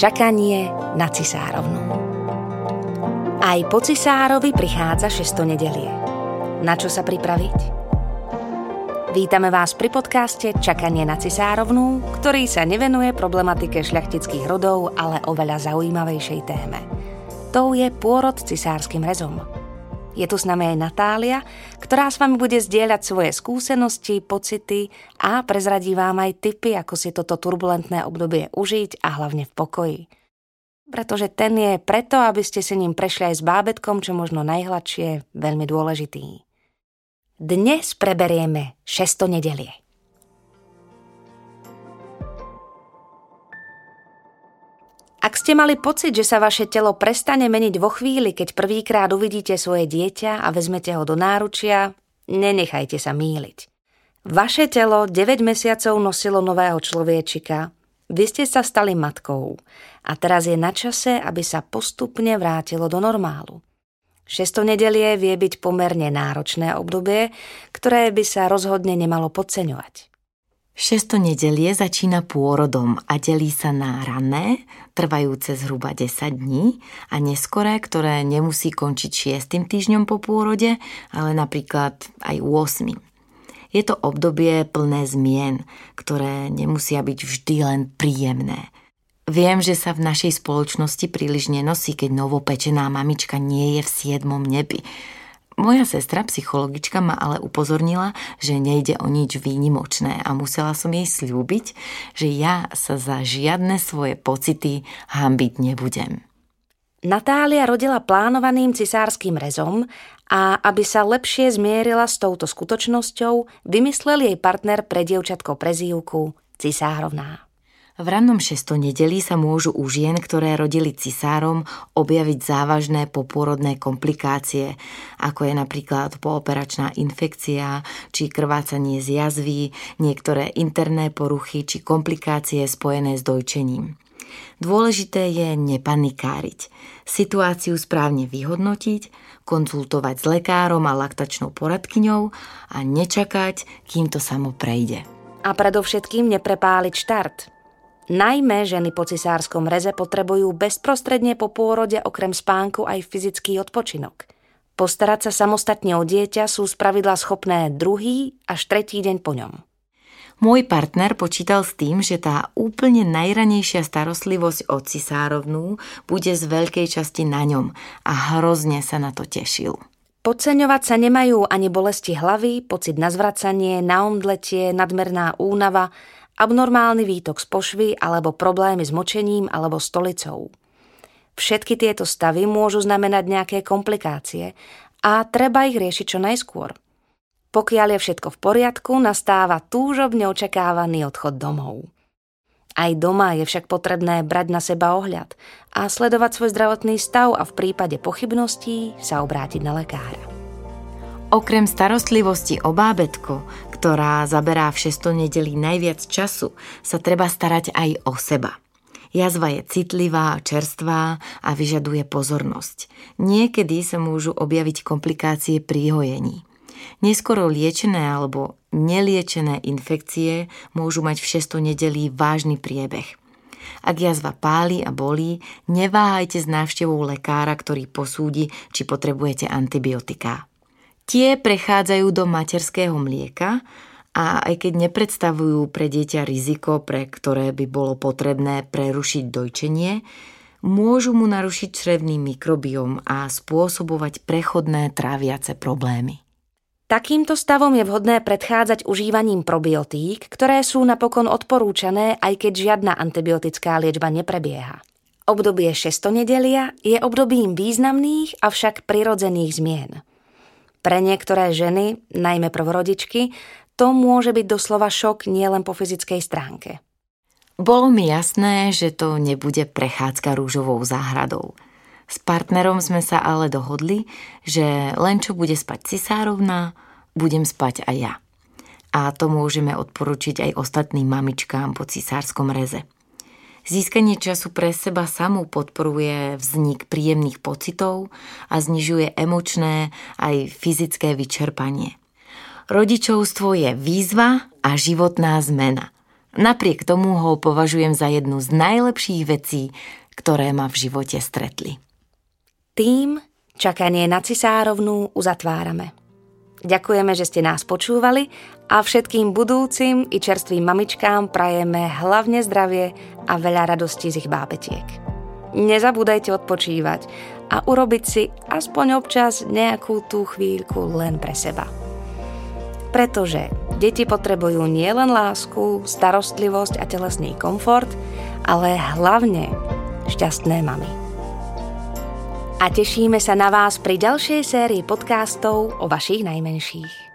Čakanie na cisárovnu. Aj po cisárovi prichádza 6. nedelie. Na čo sa pripraviť? Vítame vás pri podcaste Čakanie na cisárovnu, ktorý sa nevenuje problematike šľachtických rodov, ale oveľa zaujímavejšej téme. Tou je pôrod cisárskym rezom. Je tu s nami aj Natália, ktorá s vami bude zdieľať svoje skúsenosti, pocity a prezradí vám aj tipy, ako si toto turbulentné obdobie užiť a hlavne v pokoji. Pretože ten je preto, aby ste si ním prešli aj s bábätkom, čo možno najhladšie, veľmi dôležitý. Dnes preberieme 6. nedelie. Ak ste mali pocit, že sa vaše telo prestane meniť vo chvíli, keď prvýkrát uvidíte svoje dieťa a vezmete ho do náručia, nenechajte sa mýliť. Vaše telo 9 mesiacov nosilo nového človečika, vy ste sa stali matkou a teraz je na čase, aby sa postupne vrátilo do normálu. 6. nedelie vie byť pomerne náročné obdobie, ktoré by sa rozhodne nemalo podceňovať. 6. nedelie začína pôrodom a delí sa na rané, trvajúce zhruba 10 dní a neskoré, ktoré nemusí končiť 6. týždňom po pôrode, ale napríklad aj 8. Je to obdobie plné zmien, ktoré nemusia byť vždy len príjemné. Viem, že sa v našej spoločnosti príliš nenosí, keď novopečená mamička nie je v 7. nebi. Moja sestra, psychologička, ma ale upozornila, že nejde o nič výnimočné a musela som jej sľúbiť, že ja sa za žiadne svoje pocity hanbiť nebudem. Natália rodila plánovaným cisárskym rezom a aby sa lepšie zmierila s touto skutočnosťou, vymyslel jej partner pre dievčatko prezývku cisárovná. V rannom 6. nedelí sa môžu u žien, ktoré rodili cisárom, objaviť závažné popôrodné komplikácie, ako je napríklad pooperačná infekcia, či krvácanie z jazvy, niektoré interné poruchy, či komplikácie spojené s dojčením. Dôležité je nepanikáriť, situáciu správne vyhodnotiť, konzultovať s lekárom a laktačnou poradkyňou a nečakať, kým to samo prejde. A predovšetkým neprepáliť štart. Najmä ženy po cisárskom reze potrebujú bezprostredne po pôrode okrem spánku aj fyzický odpočinok. Postarať sa samostatne o dieťa sú spravidla schopné 2. až 3. deň po ňom. Môj partner počítal s tým, že tá úplne najranejšia starostlivosť o cisárovnú bude z veľkej časti na ňom a hrozne sa na to tešil. Podceňovať sa nemajú ani bolesti hlavy, pocit na zvracanie, na omdletie, nadmerná únava, abnormálny výtok z pošvy alebo problémy s močením alebo stolicou. Všetky tieto stavy môžu znamenať nejaké komplikácie a treba ich riešiť čo najskôr. Pokiaľ je všetko v poriadku, nastáva túžobne očakávaný odchod domov. Aj doma je však potrebné brať na seba ohľad a sledovať svoj zdravotný stav a v prípade pochybností sa obrátiť na lekára. Okrem starostlivosti o bábätko, ktorá zaberá v 6. nedelí najviac času, sa treba starať aj o seba. Jazva je citlivá, čerstvá a vyžaduje pozornosť. Niekedy sa môžu objaviť komplikácie pri hojení. Neskoro liečené alebo neliečené infekcie môžu mať v 6. nedelí vážny priebeh. Ak jazva páli a bolí, neváhajte s návštevou lekára, ktorý posúdi, či potrebujete antibiotiká. Tie prechádzajú do materského mlieka a aj keď nepredstavujú pre dieťa riziko, pre ktoré by bolo potrebné prerušiť dojčenie, môžu mu narušiť črevný mikrobióm a spôsobovať prechodné tráviace problémy. Takýmto stavom je vhodné predchádzať užívaním probiotík, ktoré sú napokon odporúčané, aj keď žiadna antibiotická liečba neprebieha. Obdobie 6. nedelia je obdobím významných, avšak prirodzených zmien. Pre niektoré ženy, najmä prvorodičky, to môže byť doslova šok nielen po fyzickej stránke. Bolo mi jasné, že to nebude prechádzka rúžovou záhradou. S partnerom sme sa ale dohodli, že len čo bude spať cisárovna, budem spať aj ja. A to môžeme odporučiť aj ostatným mamičkám po cisárskom reze. Získanie času pre seba samú podporuje vznik príjemných pocitov a znižuje emočné aj fyzické vyčerpanie. Rodičovstvo je výzva a životná zmena. Napriek tomu ho považujem za jednu z najlepších vecí, ktoré ma v živote stretli. Tým čakanie na cisárovnu uzatvárame. Ďakujeme, že ste nás počúvali a všetkým budúcim i čerstvým mamičkám prajeme hlavne zdravie a veľa radosti z ich bábetiek. Nezabúdajte odpočívať a urobiť si aspoň občas nejakú tú chvíľku len pre seba. Pretože deti potrebujú nielen lásku, starostlivosť a telesný komfort, ale hlavne šťastné mamy. A tešíme sa na vás pri ďalšej sérii podcastov o vašich najmenších.